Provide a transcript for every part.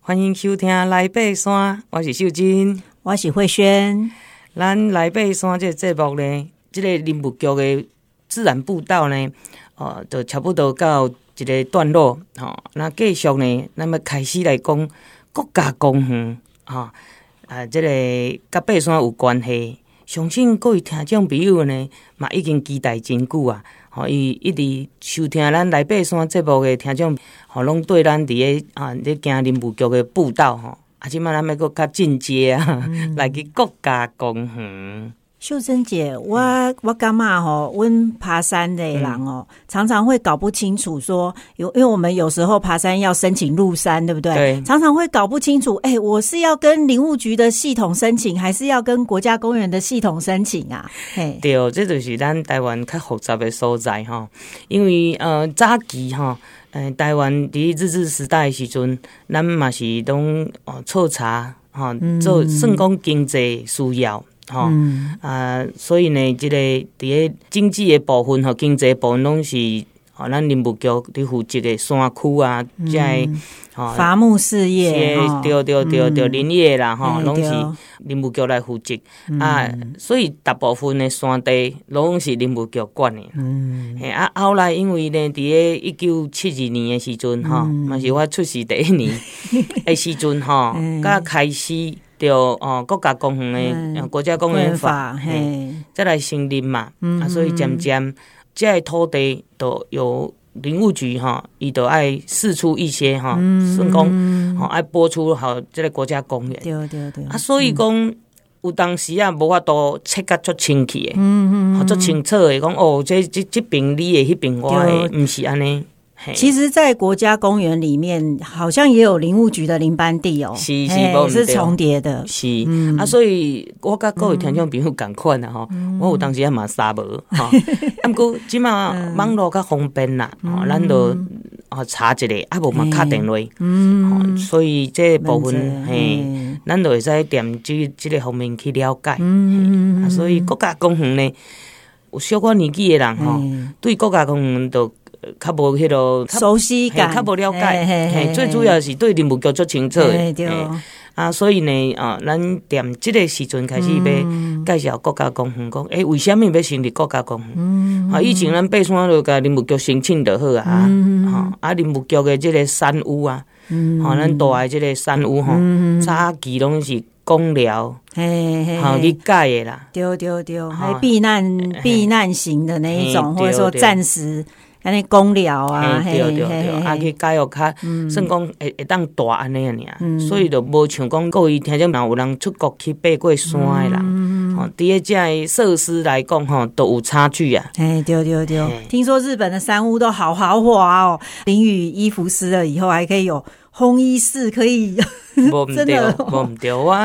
欢迎收听来爬山，我是秀珍， 我是慧萱。 咱来爬山这个节目呢，这个林务局的自然步道呢，就差不多到一个段落，那继续呢，那么开始来讲国家公园，这个甲爬山有关系。相信各位听众朋友呢，嘛已经期待真久啊！伊一直收听咱来爬山节目的听众，拢对咱伫咧行林务局的步道即摆咱要搁较进阶啊，来去国家公园。 秀珍姐，我感觉阮爬山的人常常会搞不清楚说，因为我们有时候爬山要申请入山，对不对？ 对。 常常会搞不清楚，我是要跟林务局的系统申请，还是要跟国家公园的系统申请啊？ 对，这就是咱台湾较复杂的所在因为早期台湾伫日治时代的时阵，咱嘛是拢彻查做算讲经济需要。所以呢，这个伫咧经济的部分和经济部分拢是咱林务局伫负责的山区啊，这伐木事业， 对林业啦拢是林务局来负责所以大部分的山地拢是林务局管的。后来因为呢，伫咧1972年的时阵嘛是我出世第一年的时阵甲开始。就国家公园的国家公园法，再来成立嘛，所以渐渐这个土地都由林务局伊都爱释出一些算讲爱拨出好这个国家公园，对所以讲有当时无法度切甲足清气的，足清楚的讲这边你的，迄边我的，不是安尼。 其实在国家公园里面好像也有林务局的林班地是重叠的， 是所以我甲各位听众朋友同款我有当时也嘛沙无不过即马网络较方便啦咱就查一下无嘛敲电话所以这部分咱就会使踮这个方面去了解所以国家公园呢有小可年纪的人对国家公园就较无迄落熟悉感， 较无了解，最主要是对林务局足清楚的，所以呢，咱踮即个时阵开始要介绍国家公园，讲为什么要成立国家公园？以前咱爬山就甲林务局申请就好林务局的即个山屋咱大的即个山屋早期拢是公寮，去盖的啦， 对，还避难型的那一种，或者说暂时。安尼公寮对，去改予较算讲会当大安尼所以就无像讲各位听众若有人出国去爬过山的人，伫咧这的设施来讲都有差距啊。 对，听说日本的山屋都好豪华哦，淋雨衣服湿了以后还可以有烘衣室可以。 无毋对，我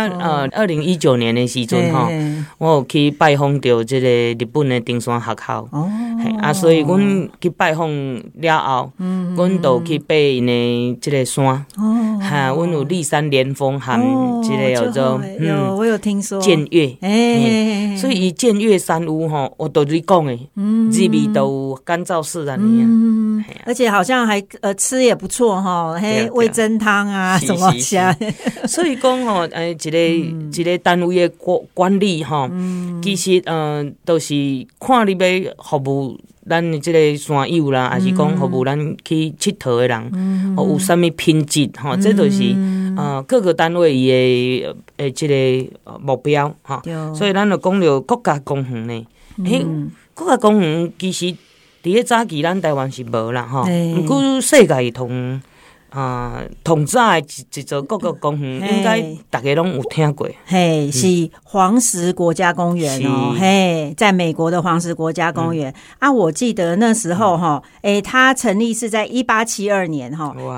2019年的时阵我有去拜访到这个日本的登山学校所以阮去拜访了后阮就去爬因的这个山阮有立山连峰和这个叫做我有听说剑岳所以剑岳山屋我都是讲的日味都有干燥自然而且好像还吃也不错味噌汤啊什么虾所以讲一个单位的管理其实都是看你要服务咱的这个山友啦，还是讲服务咱去佚佗的人，有啥物品质这就是各个单位伊的这个目标所以咱就讲到国家公园呢，国家公园其实伫咧早期咱台湾是无啦不过世界统早的一座国家公园，应该大家拢有听过。 是黄石国家公园在美国的黄石国家公园我记得那时候它成立是在1872年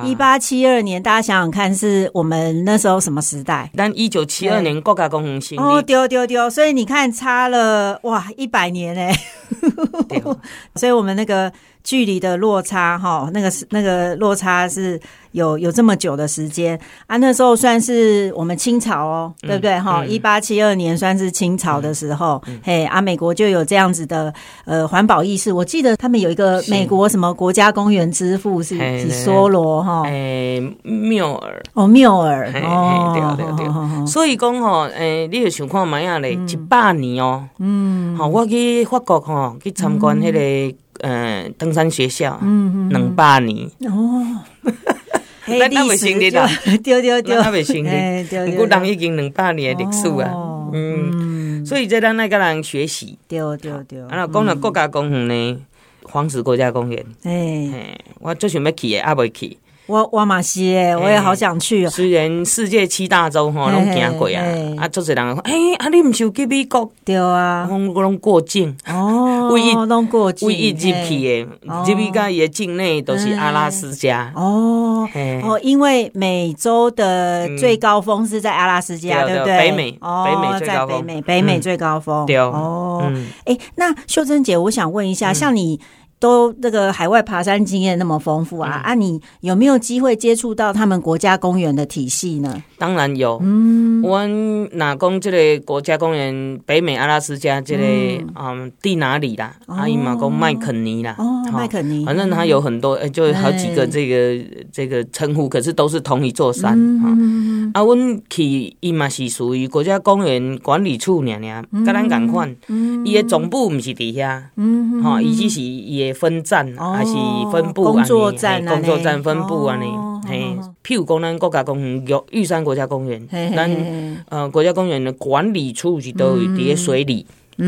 1872年，大家想想看，是我们那时候什么时代？ 咱1972年国家公园成立对，所以你看差了100年所以我们那个距离的落差哈，那个落差是有这么久的时间啊。那时候算是我们清朝哦，对不对哈？1872年算是清朝的时候，嘿啊，美国就有这样子的环保意识。我记得他们有一个美国什么国家公园之父是梭罗哈， 缪尔缪尔对，所以讲吼，你就想看卖啊咧，100年哦，我去法国吼去参观迄个登山学校，200年哦。咱还未成立啦， 对， 咱还未成立，不过人已经200年的历史啊，所以这咱爱跟人学习， 对。啊， 讲到国家公园呢，黄石国家公园，我最想要去的，还未去。 我嘛是诶，我也好想去哦。 虽然世界7大洲吼拢行过啊，足侪人讲，你毋是有去美国？ 对啊， 我拢过境哦，拢过境， 唯一入去诶，入去到伊诶境内都是阿拉斯加哦，因为美洲的最高峰是在阿拉斯加，对不对？ 北美最高峰， 在北美最高峰。 对哦，那秀珍姐，我想问一下，像你都这个海外爬山经验那么丰富啊，你有没有机会接触到他们国家公园的体系呢？ 当然有，我哪讲这个国家公园北美阿拉斯加这个地哪里啦？伊嘛讲麦肯尼啦， 麦肯尼， 反正它有很多，就好几个这个称呼，可是都是同一座山啊。阮去伊嘛是属于国家公园管理处尔，甲咱同款，伊的总部毋是伫遐，伊只是伊的分站还是分部工作站分部安尼。譬如讲咱国家公园玉山国家公园，咱国家公园的管理处是都伫咧水里。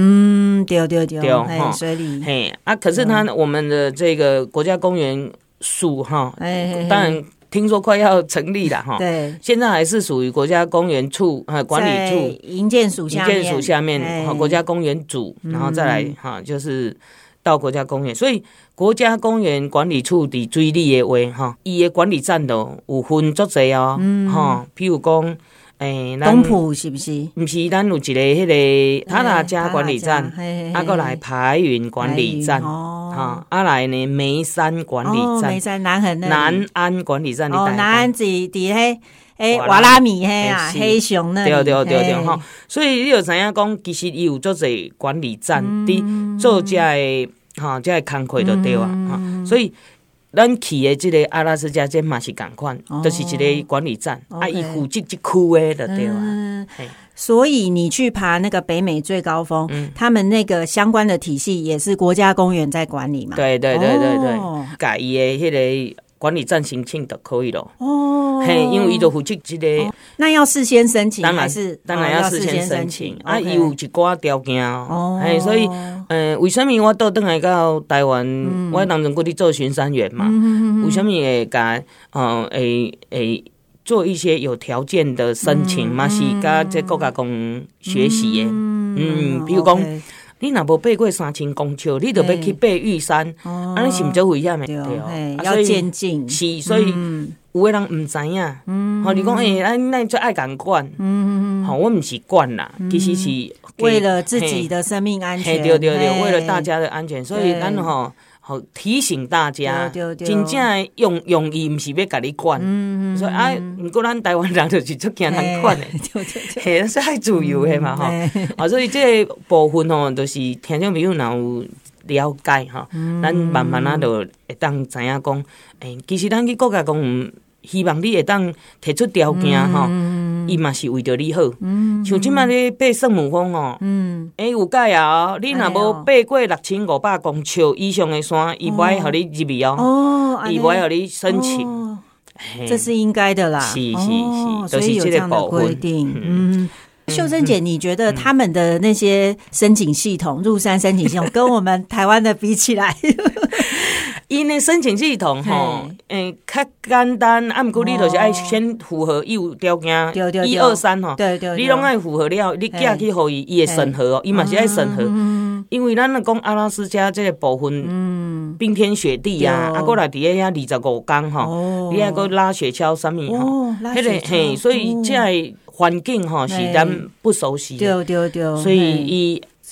对，水里。 可是我们的这个国家公园署当然听说快要成立了对， 现在还是属于国家公园处管理处营建署下面国家公园组，然后再来就是到国家公园，所以国家公园管理处伫水里的话伊的管理站都有分足侪哦，譬如讲东埔是不是？ 不是，咱有一个迄个塔塔加管理站，过来排云管理站，来呢眉山管理站， 眉山南安管理站， 南安是伫瓦拉米黑熊那里， 对所以你就知影讲，其实伊有足侪管理站伫做这个工课就对啊，所以。咱去的这个阿拉斯加这嘛是同款，就是一个管理站伊负责这区的就对了。 所以你去爬那个北美最高峰，他们那个相关的体系也是国家公园在管理嘛？ 对，改伊的迄个管理站申请就可以了。因为伊就负责这个。 那要事先申请， 当然要事先申请伊有一寡条件所以为什么我倒转来到台湾，我当阵过去做巡山员嘛？为什么会甲会做一些有条件的申请嘛？是甲这国家公园学习的，比如讲。你若无爬过3000公尺，你就要去爬玉山，安尼是毋足危险的，对要渐进。 是，所以有的人毋知影，你讲咱最爱共管，我毋是管啦，其实是为了自己的生命安全， 对，为了大家的安全，所以咱提醒大家，真正用意毋是要甲你管，所以不过咱台湾人就是足惊人管的，对，是爱自由的嘛所以这个部分就是听众朋友若有了解咱慢慢就会当知影讲，其实咱去国家公园，希望你会当提出条件伊嘛是为着你好，像即摆咧爬圣母峰有解啊！你若无爬过6500公尺以上的山，伊不爱互你入去伊不爱互你申请， 这是应该的啦。 是，就是这个部分。 规定。秀珍姐，你觉得他们的那些申请系统、入山申请系统，跟我们台湾的比起来？ 因的申请系统较简单，不过你就是爱先符合伊有条件，1、2、3 对， 你拢爱符合了，你寄去互伊会审核伊嘛是爱审核，因为咱讲阿拉斯加这个部分，冰天雪地过来伫遐25天你还搁拉雪橇什么所以这个环境是咱不熟悉的， 对， 所以伊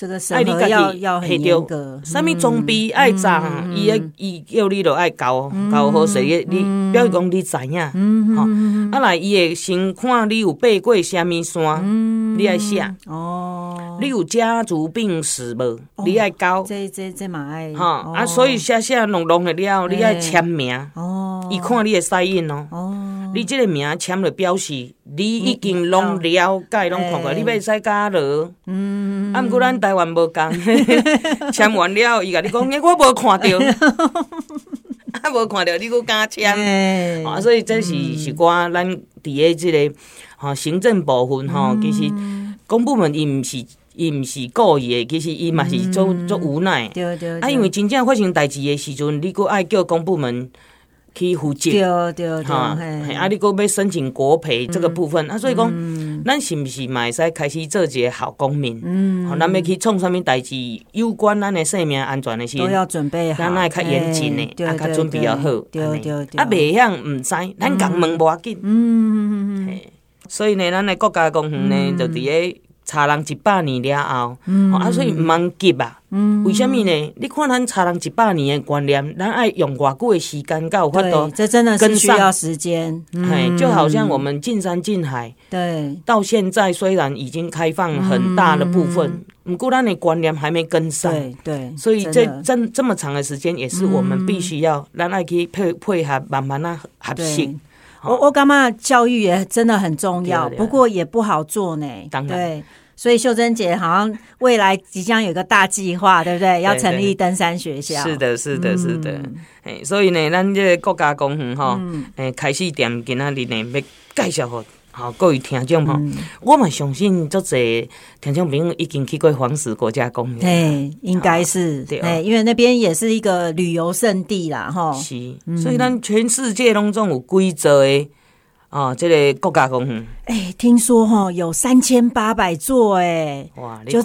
这个审核要很严格， 啥物装备爱知，伊叫你就爱教好势，你表示讲你知影，吼，啊来伊会先看你有爬过啥物山，你爱写，你有家族病史无？你爱交， 这嘛爱， 吼，啊所以写弄的了，你爱签名，伊看你的sign印你这个名签了表示你已经拢了解拢看过，你要使加落。啊，毋过咱台湾无共，签完了，伊甲你讲，我无看到，啊，无看到，你搁敢签？所以这是我咱伫个这个行政部分其实公部门伊毋是故意的，其实伊嘛是做无奈。 对。 因为真正发生代志的时阵，你搁爱叫公部门去负责，对，你搁要申请国赔这个部分，所以讲，咱是不是嘛会使开始做一个好公民？咱要去创啥物代志，有关咱的生命安全的时候， 都要准备好， 咱爱较严谨的，较准备要好， 对， 袂晓唔知，咱共问无要紧。所以呢，咱的国家公园呢，就伫个差人100年了后，所以唔通急啊。为什么呢？你看咱差人100年的观念，咱爱用偌久的时间，才有法度。 这真的是需要时间。 就好像我们进山进海， 对， 到现在虽然已经开放很大的部分，不过咱的观念还没跟上。 对， 所以这么长的时间，也是我们必须要咱爱去配合，慢慢的合适。 我感觉教育也真的很重要，不过也不好做呢。 当然， 对。所以秀珍姐好像未来即将有个大计划，对不对？要成立登山学校。 是的。所以呢，咱这个国家公园开始点今仔日呢要介绍各位听众我嘛相信足侪听众朋友已经去过黄石国家公园。 对，应该是因为那边也是一个旅游胜地啦， 是，所以咱全世界拢总有几座的。这个国家公园， 听说有3800座哇， 就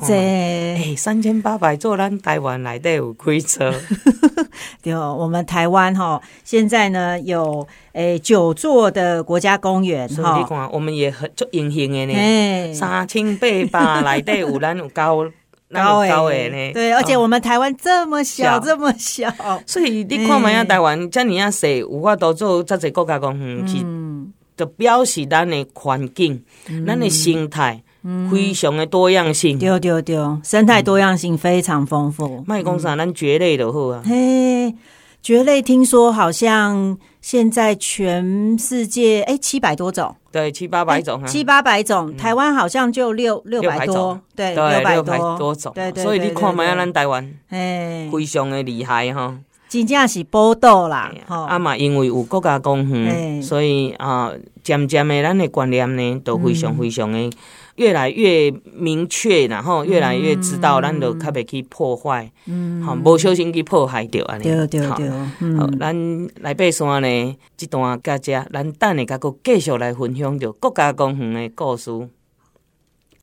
3800座，咱台湾内底有几座？ 对，我们台湾现在呢有9座的国家公园， 所以你看，我们也很足荣幸的呢，3800内底有咱有高的呢， 对，而且我们台湾这么小， 所以你看嘛，台湾这么小，有法度做这些国家公园是。就表示咱的环境、咱的生态非常的多样性。 对，生态多样性非常丰富。 莫讲啥，咱蕨类就好啊。 蕨类听说好像现在全世界700多种， 对，700-800种 ，700-800种，台湾好像就600多，对，600多种，对， 所以你看嘛，咱台湾非常的厉害哈。 真正是宝岛啦， 嘛，因为有国家公园，所以渐渐的，咱的观念呢，都非常的越来越明确，然后越来越知道，咱就较袂去破坏，无小心去破坏掉安尼。 对。好， 咱来爬山呢，这段到这，咱等下再继续来分享着国家公园的故事。